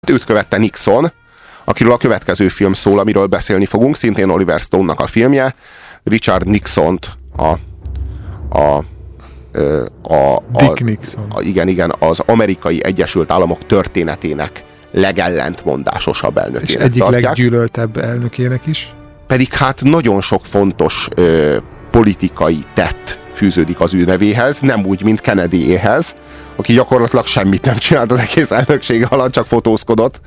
Őt követte Nixon, akiről a következő film szól, amiről beszélni fogunk, szintén Oliver Stone-nak a filmje. Richard Nixont, Dick Nixon. Igen, az Amerikai Egyesült Államok történetének legellentmondásosabb elnökének és egyik tartják. leggyűlöltebb elnökének is. Pedig hát nagyon sok fontos politikai tett fűződik az ő nevéhez, nem úgy, mint Kennedyéhez, aki gyakorlatilag semmit nem csinált az egész elnöksége alatt, csak fotózkodott.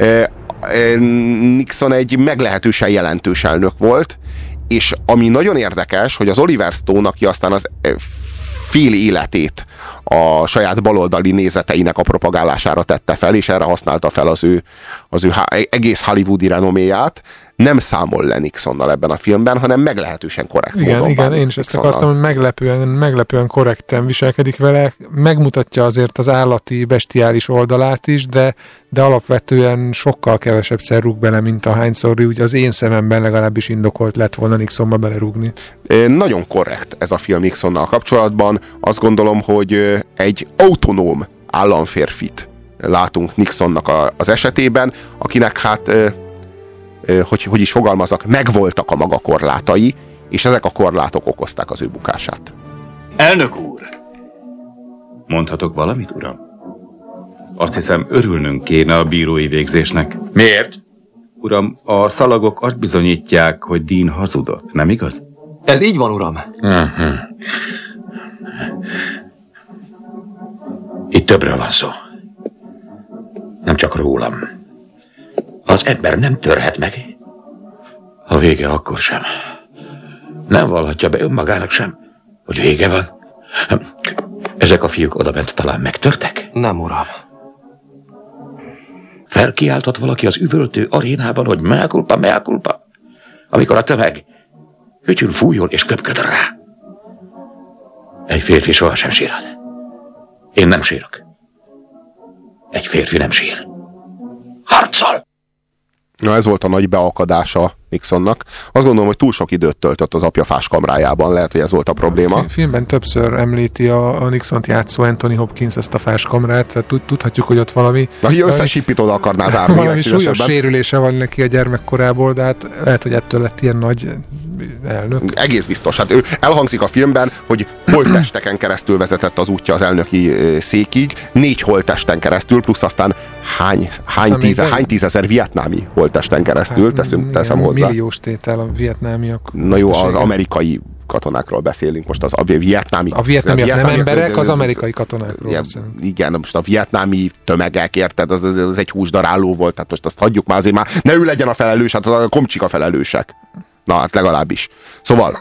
Nixon egy meglehetősen jelentős elnök volt, és ami nagyon érdekes, hogy az Oliver Stone, aki aztán az fél életét a saját baloldali nézeteinek a propagálására tette fel, és erre használta fel az ő egész hollywoodi renoméját, nem számol le Nixonnal ebben a filmben, hanem meglehetősen korrekt módon. Igen, én is ezt akartam, hogy meglepően korrekten viselkedik vele, megmutatja azért az állati, bestiális oldalát is, de alapvetően sokkal kevesebbszer rúg bele, mint ahányszor úgy az én szememben legalábbis indokolt lett volna Nixonba belerúgni. Nagyon korrekt ez a film Nixonnal kapcsolatban. Azt gondolom, hogy egy autonóm államférfit látunk Nixonnak az esetében, akinek hát hogy is fogalmazok, megvoltak a maga korlátai, és ezek a korlátok okozták az ő bukását. Elnök úr! Mondhatok valamit, uram? Azt hiszem, örülnünk kéne a bírói végzésnek. Miért? Uram, a szalagok azt bizonyítják, hogy Dean hazudott, nem igaz? Ez így van, uram. Itt többről van szó. Nem csak rólam. Az ember nem törhet meg. A vége akkor sem. Nem vallhatja be önmagának sem, hogy vége van. Ezek a fiúk odabent talán megtörtek? Nem, uram. Felkiáltott valaki az üvöltő arénában, hogy mea culpa, amikor a tömeg hütyül fújjon és köpköd rá. Egy férfi sohasem sírhat. Én nem sírok. Egy férfi nem sír. Harcol! Na, ez volt a nagy beakadása Nixonnak. Azt gondolom, hogy túl sok időt töltött az apja fáskamrájában, lehet, hogy ez volt a probléma. A filmben többször említi a Nixont játszó Anthony Hopkins ezt a fáskamrát, tehát tudhatjuk, hogy ott valami... Na, hogy összesípít oda akarná zárni. Valami súlyos sérülése van neki a gyermekkorából, de hát lehet, hogy ettől lett ilyen nagy elnök. Egész biztos. Hát ő elhangzik a filmben, hogy holttesteken keresztül vezetett az útja az elnöki székig, 4 holttesten keresztül, plusz aztán hány tízezer vietnámi holttesten keresztül, teszem hozzá. Milliós tétel a vietnámiak. Na jó, az amerikai katonákról beszélünk most, a vietnámiak nem emberek, az amerikai katonákról. Igen, most a vietnámi tömegek, érted, az egy húsdaráló volt, tehát most azt hagyjuk már, azért már ne ő legyen a felelős, hát a komcsik a felelősek. Na, hát legalábbis. Szóval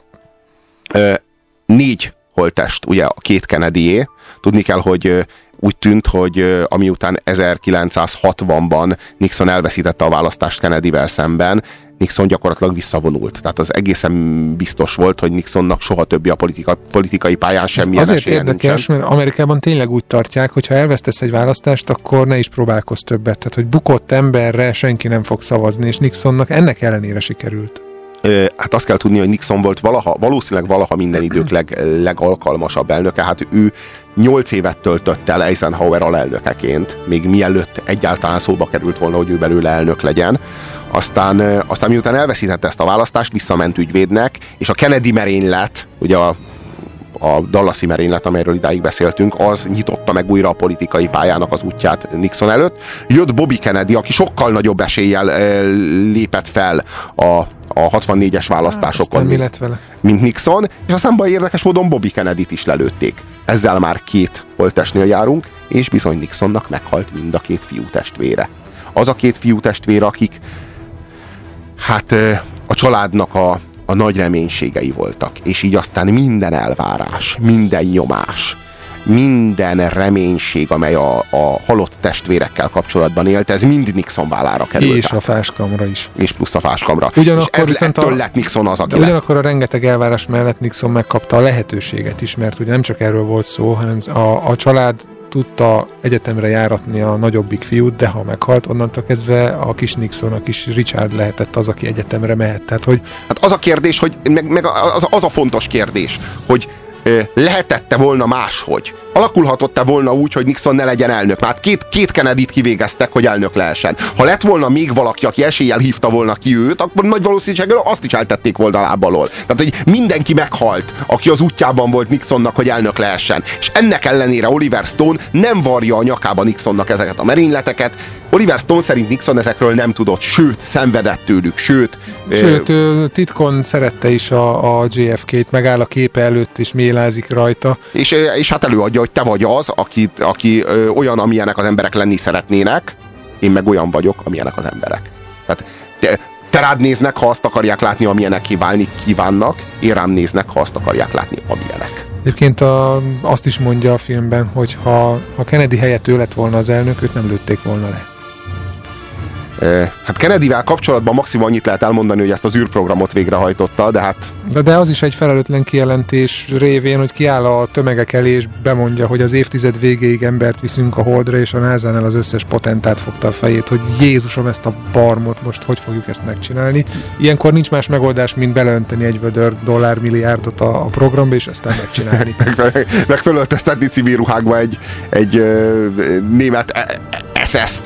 4 holttest, ugye a 2 Kennedyé. Tudni kell, hogy úgy tűnt, hogy amiután 1960-ban Nixon elveszítette a választást Kennedyvel szemben, Nixon gyakorlatilag visszavonult. Tehát az egészen biztos volt, hogy Nixonnak soha többi a politikai pályán semmilyen azért esélye érdekes, nincsen. mert Amerikában tényleg úgy tartják, hogy ha elvesztesz egy választást, akkor ne is próbálkozz többet. Tehát, hogy bukott emberre senki nem fog szavazni, és Nixonnak ennek ellenére sikerült. Hát azt kell tudni, hogy Nixon volt valószínűleg valaha minden idők legalkalmasabb elnöke. Hát ő 8 évet töltött el Eisenhower alelnökeként, még mielőtt egyáltalán szóba került volna, hogy ő belőle elnök legyen. Aztán miután elveszítette ezt a választást, visszament ügyvédnek, és a Kennedy merénylet, ugye a Dallasi merénylet, amelyről idáig beszéltünk, az nyitotta meg újra a politikai pályának az útját Nixon előtt. Jött Bobby Kennedy, aki sokkal nagyobb eséllyel lépett fel a 64-es választásokon, mint Nixon, és aztán érdekes módon Bobby Kennedyt is lelőtték. Ezzel már 2 holttestnél járunk, és bizony Nixonnak meghalt mind a 2 fiútestvére. Az a 2 fiútestvére, akik hát a családnak a nagy reménységei voltak, és így aztán minden elvárás, minden nyomás, minden reménység, amely a halott testvérekkel kapcsolatban élt, ez mind Nixon vállára került. És a fáskamra is. És plusz a fáskamra. Ugyanakkor és ettől lett Nixon az, aki ugyanakkor a rengeteg elvárás mellett Nixon megkapta a lehetőséget is, mert ugye nem csak erről volt szó, hanem a család tudta egyetemre járatni a nagyobbik fiút, de ha meghalt, onnantól kezdve a kis Nixon, a kis Richard lehetett az, aki egyetemre mehet. Tehát, hogy... Hát az a kérdés, hogy meg az a fontos kérdés, hogy lehetette volna máshogy? Alakulhatott-e volna úgy, hogy Nixon ne legyen elnök? Már két Kennedyt kivégeztek, hogy elnök lehessen. Ha lett volna még valaki, aki eséllyel hívta volna ki őt, akkor nagy valószínűséggel azt is eltették volna lábalól. Tehát, hogy mindenki meghalt, aki az útjában volt Nixonnak, hogy elnök lehessen. És ennek ellenére Oliver Stone nem varja a nyakába Nixonnak ezeket a merényleteket. Oliver Stone szerint Nixon ezekről nem tudott, sőt, szenvedett tőlük, sőt, titkon szerette is a JFK-t, megáll a képe előtt és mélázik rajta. És hát előadja, hogy te vagy az, aki olyan, amilyenek az emberek lenni szeretnének, én meg olyan vagyok, amilyenek az emberek. Tehát te rád néznek, ha azt akarják látni, amilyenek válni kívánnak, én rám néznek, ha azt akarják látni, amilyenek. Egyébként azt is mondja a filmben, hogy ha Kennedy helyett ő lett volna az elnök, őt nem lőtték volna le. Hát Kennedyvel kapcsolatban maximum annyit lehet elmondani, hogy ezt az űrprogramot végrehajtotta, de hát... De az is egy felelőtlen kijelentés révén, hogy kiáll a tömegek elé, és bemondja, hogy az évtized végéig embert viszünk a Holdra, és a NASA-nál az összes potentát fogta a fejét, hogy Jézusom, ezt a barmot most hogy fogjuk ezt megcsinálni. Ilyenkor nincs más megoldás, mint beleönteni egy vödör dollármilliárdot a programba, és aztán megcsinálni. meg fölöltöztetni civil ruhákba egy német SS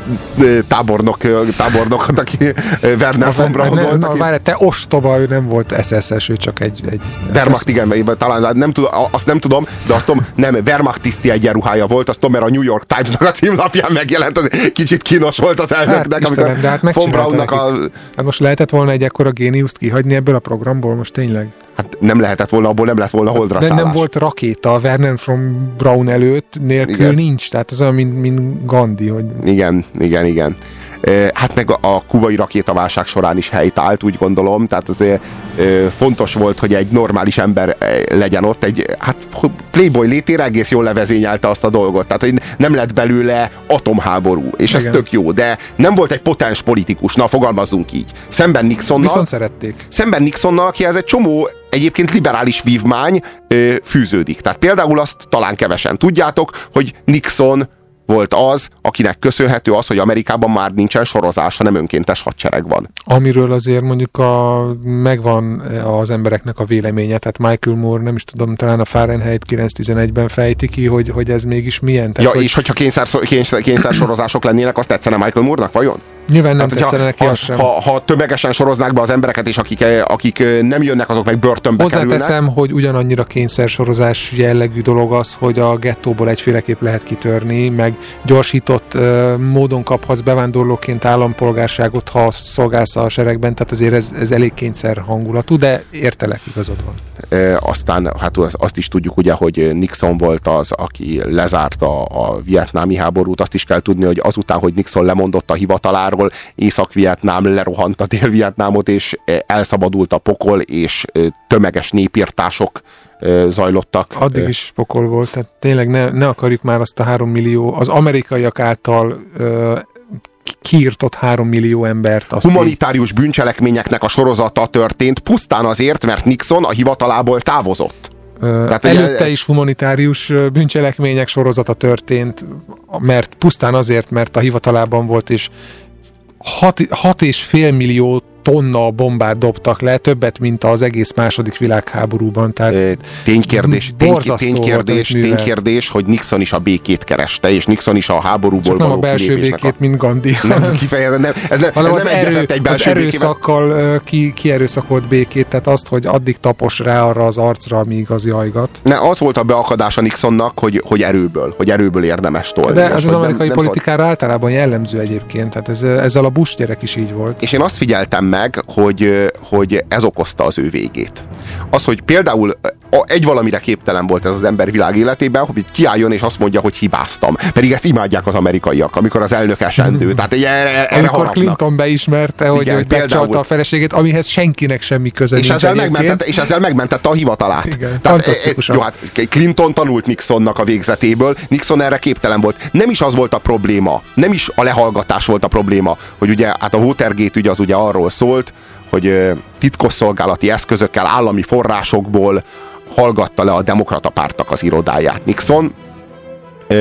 tábornokot, aki Werner von Braun volt. Várj, te ostoba, ő nem volt SS-es, ő csak egy Wehrmacht, igen, talán nem tudom, azt nem tudom, de azt tudom, nem, Wehrmacht tiszti egyenruhája volt, azt tudom, mert a New York Times-nak a címlapján megjelent, az kicsit kínos volt az elnöknek, amikor von Braunnak Hát most lehetett volna egy ekkora géniuszt kihagyni ebből a programból, most tényleg? Hát nem lehetett volna, abból nem lett volna holdra szállás. De nem volt rakéta, a Werner von Braun előtt nélkül igen. Nincs, tehát az olyan, mint Gandhi, hogy... Igen. Hát meg a kubai rakétaválság során is helytált, úgy gondolom, tehát azért fontos volt, hogy egy normális ember legyen ott, hát Playboy létére egész jól levezényelte azt a dolgot, tehát hogy nem lett belőle atomháború, és ez tök jó, de nem volt egy potens politikus, na fogalmazzunk így. Szemben Nixonnal... Viszont szerették. Szemben Nixonnal, akihez egy csomó egyébként liberális vívmány fűződik. Tehát például azt talán kevesen tudjátok, hogy Nixon volt az, akinek köszönhető az, hogy Amerikában már nincsen sorozás, hanem önkéntes hadsereg van. Amiről azért mondjuk megvan az embereknek a véleménye, tehát Michael Moore, nem is tudom, talán a Fahrenheit 911-ben fejti ki, hogy ez mégis milyen. Tehát, és hogyha kényszer sorozások lennének, azt tetszene Michael Moore-nak, vajon? Nyilván nem tetszene neki az sem. Ha tömegesen soroznák be az embereket, és akik nem jönnek, azok meg börtönbe kerülnek. Hozzáteszem, hogy ugyanannyira kényszersorozás jellegű dolog az, hogy a gettóból egyféleképp lehet kitörni, meg gyorsított módon kaphatsz bevándorlóként állampolgárságot, ha szolgálsz a seregben, tehát azért ez elég kényszer hangulatú, de értelek, igazad van. Aztán hát azt is tudjuk ugye, hogy Nixon volt az, aki lezárta a vietnámi háborút. Azt is kell tudni, hogy azután, hogy Nixon lemondott a hivataláról, Észak-Vietnám lerohant a Dél-Vietnámot, és elszabadult a pokol, és tömeges népirtások zajlottak. Addig is pokol volt, tehát tényleg ne akarjuk már azt a 3 millió, az amerikaiak által kiirtott 3 millió embert. Humanitárius bűncselekményeknek a sorozata történt pusztán azért, mert Nixon a hivatalából távozott. Tehát, előtte is humanitárius bűncselekmények sorozata történt, mert pusztán azért, mert a hivatalában volt, és 6,5 millió tonna bombát dobtak le, többet, mint az egész második világháborúban. Tehát ténykérdés, hogy Nixon is a békét kereste, és Nixon is a háborúból való kilépésnek. Nem a belső békét, mint Gandhi. Nem kifejezetten, nem egyezett egy belső békével. Az erőszakkal kierőszakolt békét, tehát azt, hogy addig tapos rá arra az arcra, amíg az jajgat. Az volt a beakadása Nixonnak, hogy erőből érdemes tolni. De ez az amerikai politikára általában jellemző egyébként, tehát ezzel a Bush gyerek is így volt. És én azt figyeltem meg, hogy ez okozta az ő végét. Az, hogy például egy valamire képtelen volt ez az ember világ életében, hogy kiálljon és azt mondja, hogy hibáztam. Pedig ezt imádják az amerikaiak, amikor az elnök esendő. Tehát erre amikor harapnak. Clinton beismerte, hogy megcsalta a feleségét, amihez senkinek semmi köze nincs. És ezzel megmentette a hivatalát. Igen, fantasztikusan. Jó, hát Clinton tanult Nixonnak a végzetéből, Nixon erre képtelen volt. Nem is az volt a probléma, nem is a lehallgatás volt a probléma, hogy ugye hát a Watergate ügy az ugye arról szólt, hogy titkosszolgálati eszközökkel, állami forrásokból hallgatta le a demokrata pártnak az irodáját Nixon.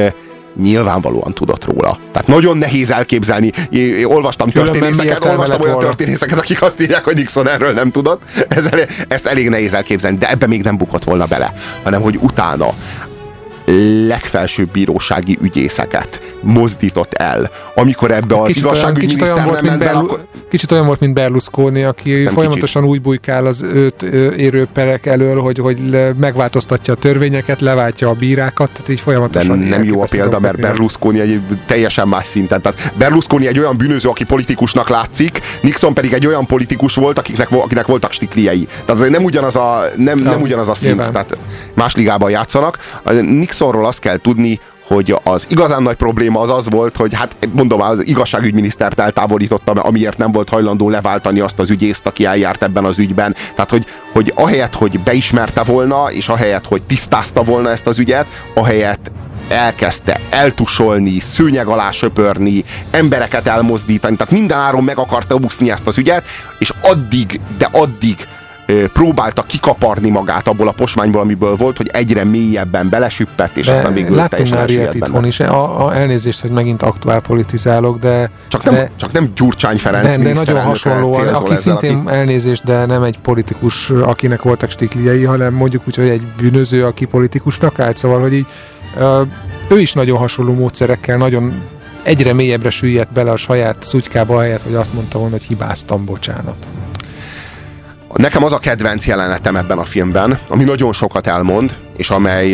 nyilvánvalóan tudott róla. Tehát nagyon nehéz elképzelni. Olvastam olyan történészeket, akik azt írják, hogy Nixon erről nem tudott. Ezt elég nehéz elképzelni, de ebbe még nem bukott volna bele, hanem hogy utána legfelsőbb bírósági ügyészeket mozdított el, amikor ebbe az igazságügyminiszter nem ment be, akkor... Kicsit olyan volt, mint Berlusconi, aki folyamatosan úgy bujkál az őt érő perek elől, hogy megváltoztatja a törvényeket, leváltja a bírákat, tehát így folyamatosan... De nem jó a példa, mert Berlusconi egy teljesen más szinten. Tehát Berlusconi egy olyan bűnöző, aki politikusnak látszik, Nixon pedig egy olyan politikus volt, akinek voltak stikliei. Tehát azért nem ugyanaz a szint, tehát más ligában játszanak. Nixonról azt kell tudni, hogy az igazán nagy probléma az volt, hogy hát mondom, az igazságügyminisztert eltávolította, amiért nem volt hajlandó leváltani azt az ügyészt, aki eljárt ebben az ügyben. Tehát, hogy ahelyett, hogy beismerte volna, és ahelyett, hogy tisztázta volna ezt az ügyet, ahelyett elkezdte eltusolni, szőnyeg alá söpörni, embereket elmozdítani, tehát mindenáron meg akarta úszni ezt az ügyet, és addig próbálta kikaparni magát abból a posmányból, amiből volt, hogy egyre mélyebben belesüppett, és aztán végül teljesen már ilyet itthon is. Elnézést, hogy megint aktuál politizálok, de... Csak nem Gyurcsány Ferenc de nagyon hasonlóan, aki szintén elnézést, de nem egy politikus, akinek voltak stikliei, hanem mondjuk úgy, hogy egy bűnöző, aki politikusnak állt, szóval, hogy így ő is nagyon hasonló módszerekkel, nagyon egyre mélyebbre süllyedt bele a saját szutykába, helyett, hogy azt mondta volna, hogy hibáztam, bocsánat. Nekem az a kedvenc jelenetem ebben a filmben, ami nagyon sokat elmond, és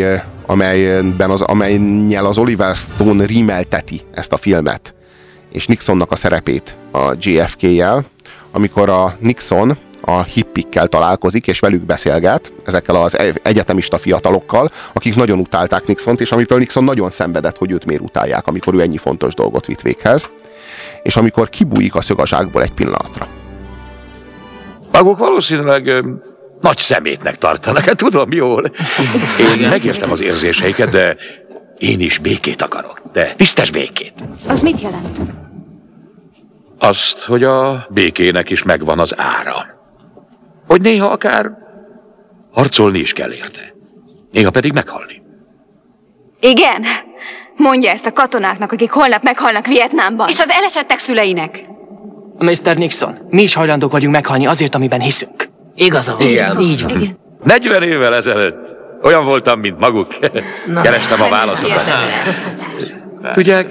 amellyel az Oliver Stone rímelteti ezt a filmet, és Nixonnak a szerepét a JFK-jel, amikor a Nixon a hippikkel találkozik, és velük beszélget, ezekkel az egyetemista fiatalokkal, akik nagyon utálták Nixont, és amitől Nixon nagyon szenvedett, hogy őt miért utálják, amikor ő ennyi fontos dolgot vitt véghez, és amikor kibújik a szög a zsákból egy pillanatra. Maguk valószínűleg nagy szemétnek tartanak, hát tudom jól. Én megértem az érzéseiket, de én is békét akarok. De tisztes békét. Az mit jelent? Azt, hogy a békének is megvan az ára. Hogy néha akár harcolni is kell érte. Néha pedig meghalni. Igen? Mondja ezt a katonáknak, akik holnap meghalnak Vietnámban. És az elesettek szüleinek. Mr. Nixon, mi is hajlandók vagyunk meghalni azért, amiben hiszünk. Igaza van. Igen. Így van. Igen. 40 évvel ezelőtt olyan voltam, mint maguk. Kerestem a válaszokat. Tudják,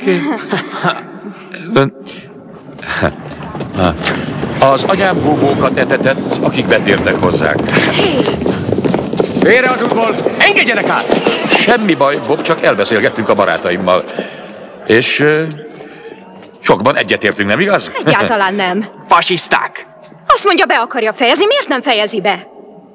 az anyám búbókat etetett, akik betértek hozzánk. Félre az útból! Engedjenek át! Semmi baj, Bob, csak elbeszélgettünk a barátaimmal. És sokban egyetértünk, nem igaz? Egyáltalán nem. Fasiszták! Azt mondja, be akarja fejezni, miért nem fejezi be?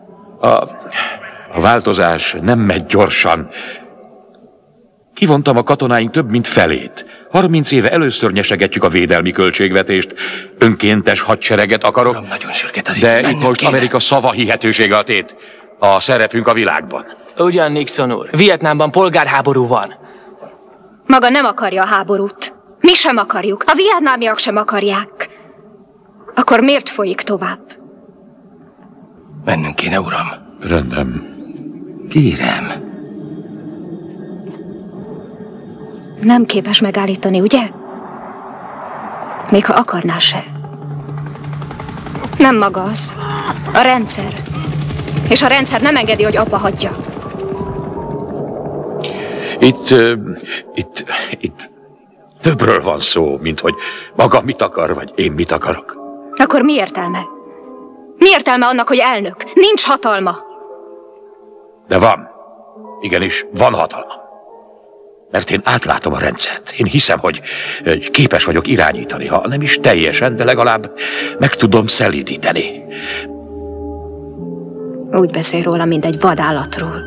A változás nem megy gyorsan. Kivontam a katonáink több mint felét. 30 éve először nyesegetjük a védelmi költségvetést. Önkéntes hadsereget akarok. Uram, nagyon sürget az de itt most kéne. Amerika szava hihetősége a tét. A szerepünk a világban. Ugyan, Nixon úr. Vietnámban polgárháború van. Maga nem akarja a háborút. Mi sem akarjuk. A vietnámiak sem akarják. Akkor miért folyik tovább? Mennünk kéne, uram. Rendben. Kérem. Nem képes megállítani, ugye? Még ha akarná se. Nem maga az. A rendszer. És a rendszer nem engedi, hogy abba hagyja. Itt többről van szó, mint hogy maga mit akar, vagy én mit akarok. Akkor mi értelme? Mi értelme annak, hogy elnök? Nincs hatalma. De van. Igenis, van hatalma. Mert én átlátom a rendszert. Én hiszem, hogy képes vagyok irányítani, ha nem is teljesen, de legalább meg tudom szelídíteni. Úgy beszél róla, mint egy vadállatról.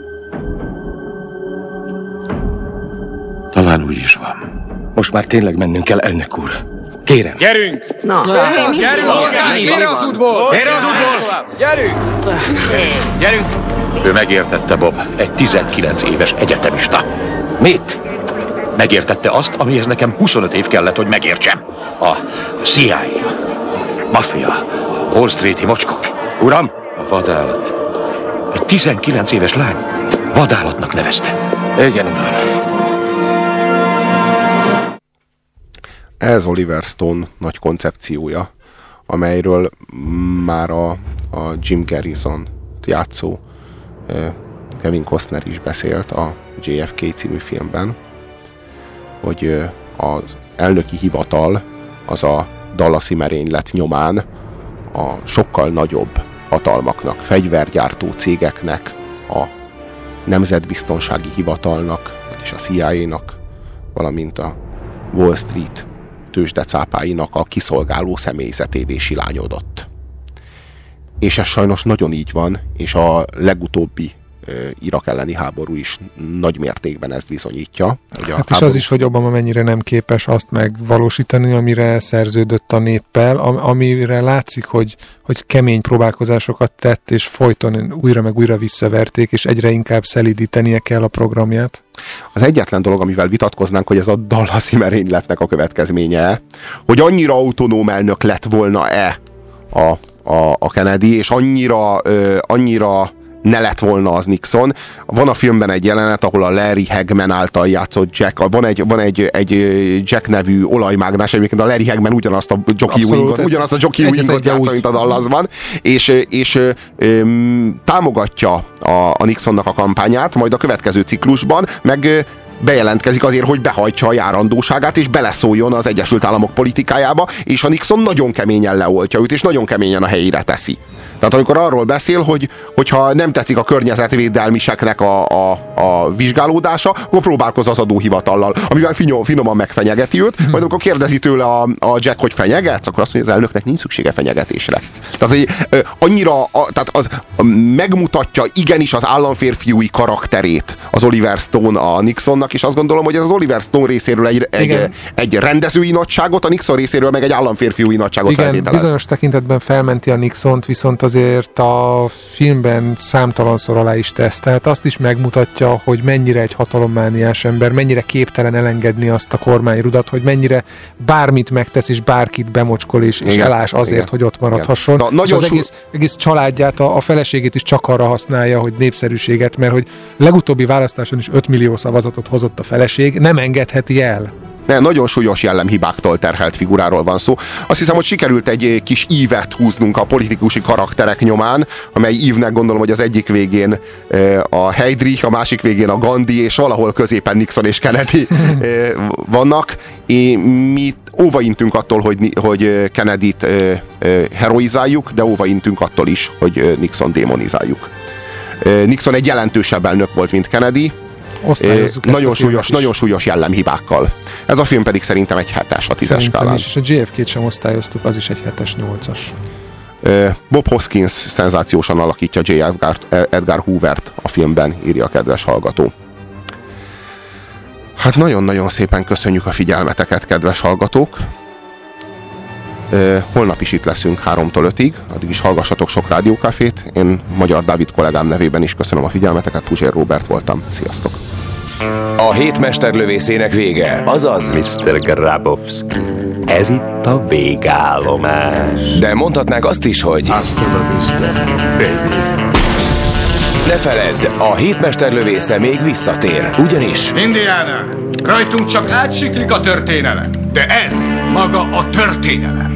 Talán úgy is van. Most már tényleg mennünk kell, elnök úr. Kérem. Gyerünk! Na. Gyerünk! Félre az útból! Félre az útból! Gyerünk! Gyerünk! Ő megértette, Bob. Egy 19 éves egyetemista. Mit? Megértette azt, amihez nekem 25 év kellett, hogy megértsem. A CIA, a maffia, a Wall Street-i mocskok. Uram? A vadállat. Egy 19 éves lány vadállatnak nevezte. Igen, uram. Ez Oliver Stone nagy koncepciója, amelyről már a Jim Garrison játszó Kevin Costner is beszélt a JFK című filmben, hogy az elnöki hivatal az a Dallasi merénylet nyomán a sokkal nagyobb hatalmaknak, fegyvergyártó cégeknek, a Nemzetbiztonsági Hivatalnak, vagyis a CIA-nak, valamint a Wall Street tőzsdecápáinak a kiszolgáló személyzetévé silányodott. És ez sajnos nagyon így van, és a legutóbbi Irak elleni háború is nagy mértékben ezt bizonyítja. Hát és az is, hogy Obama mennyire nem képes azt megvalósítani, amire szerződött a néppel, amire látszik, hogy kemény próbálkozásokat tett, és folyton újra meg újra visszaverték, és egyre inkább szelídítenie kell a programját. Az egyetlen dolog, amivel vitatkoznánk, hogy ez a Dallasi merényletnek a következménye, hogy annyira autonóm elnök lett volna-e a Kennedy, és annyira ne lett volna az Nixon. Van a filmben egy jelenet, ahol a Larry Hagman által játszott Jack, van egy Jack nevű olajmágnás, egyébként a Larry Hagman ugyanazt a Jockey Wingot játsza, mint a Dallasban, és támogatja a Nixonnak a kampányát, majd a következő ciklusban meg bejelentkezik azért, hogy behajtsa a járandóságát, és beleszóljon az Egyesült Államok politikájába, és a Nixon nagyon keményen leoltja őt, és nagyon keményen a helyére teszi. Tehát amikor arról beszél, hogyha nem tetszik a környezetvédelmiseknek a vizsgálódása, akkor próbálkoz az adóhivatallal, amivel finoman megfenyegeti őt, majd amikor kérdezi tőle a Jack, hogy fenyegetsz, akkor azt mondja, az elnöknek nincs szüksége fenyegetésre. Tehát az megmutatja igenis az államférfiúi karakterét az Oliver Stone a Nixonnak, és azt gondolom, hogy ez az Oliver Stone részéről egy rendezői nagyságot, a Nixon részéről meg egy államférfiúi nagyságot feltételez. Bizonyos tekintetben felmenti a Nixont, viszont azért a filmben számtalanszor alá is tesz. Tehát azt is megmutatja, hogy mennyire egy hatalommániás ember, mennyire képtelen elengedni azt a kormányrudat, hogy mennyire bármit megtesz, és bárkit bemocskol, és elás azért, hogy ott maradhasson. És az egész családját, a feleségét is csak arra használja, hogy népszerűséget, mert hogy legutóbbi választáson is 5 millió szavazatot hozott a feleség, nem engedheti el. Nagyon súlyos jellemhibáktól terhelt figuráról van szó. Azt hiszem, hogy sikerült egy kis ívet húznunk a politikusi karakterek nyomán, amely ívnek gondolom, hogy az egyik végén a Heydrich, a másik végén a Gandhi, és valahol középen Nixon és Kennedy vannak. Mi óvaintünk attól, hogy Kennedyt heroizáljuk, de óvaintünk attól is, hogy Nixon démonizáljuk. Nixon egy jelentősebb elnök volt, mint Kennedy, nagyon súlyos jellemhibákkal. Ez a film pedig szerintem egy 7-es a 10-es skálán. És a JFK-t sem osztályoztuk, az is egy 7-es, 8-as. Bob Hoskins szenzációsan alakítja J. Edgar Hoovert a filmben, írja a kedves hallgató. Hát nagyon-nagyon szépen köszönjük a figyelmeteket, kedves hallgatók. Holnap is itt leszünk 3-tól 5-ig, addig is hallgassatok sok rádiókafét. Én Magyar Dávid kollégám nevében is köszönöm a figyelmeteket, Puzsér Róbert voltam. Sziasztok! A hét mesterlövészének vége, azaz Mr. Grabowski, ez itt a végállomás. De mondhatnák azt is, hogy Hasta la vista, baby. Ne feledd, a hét mesterlövésze még visszatér, ugyanis Indiana, rajtunk csak átsiklik a történelem, de ez maga a történelem.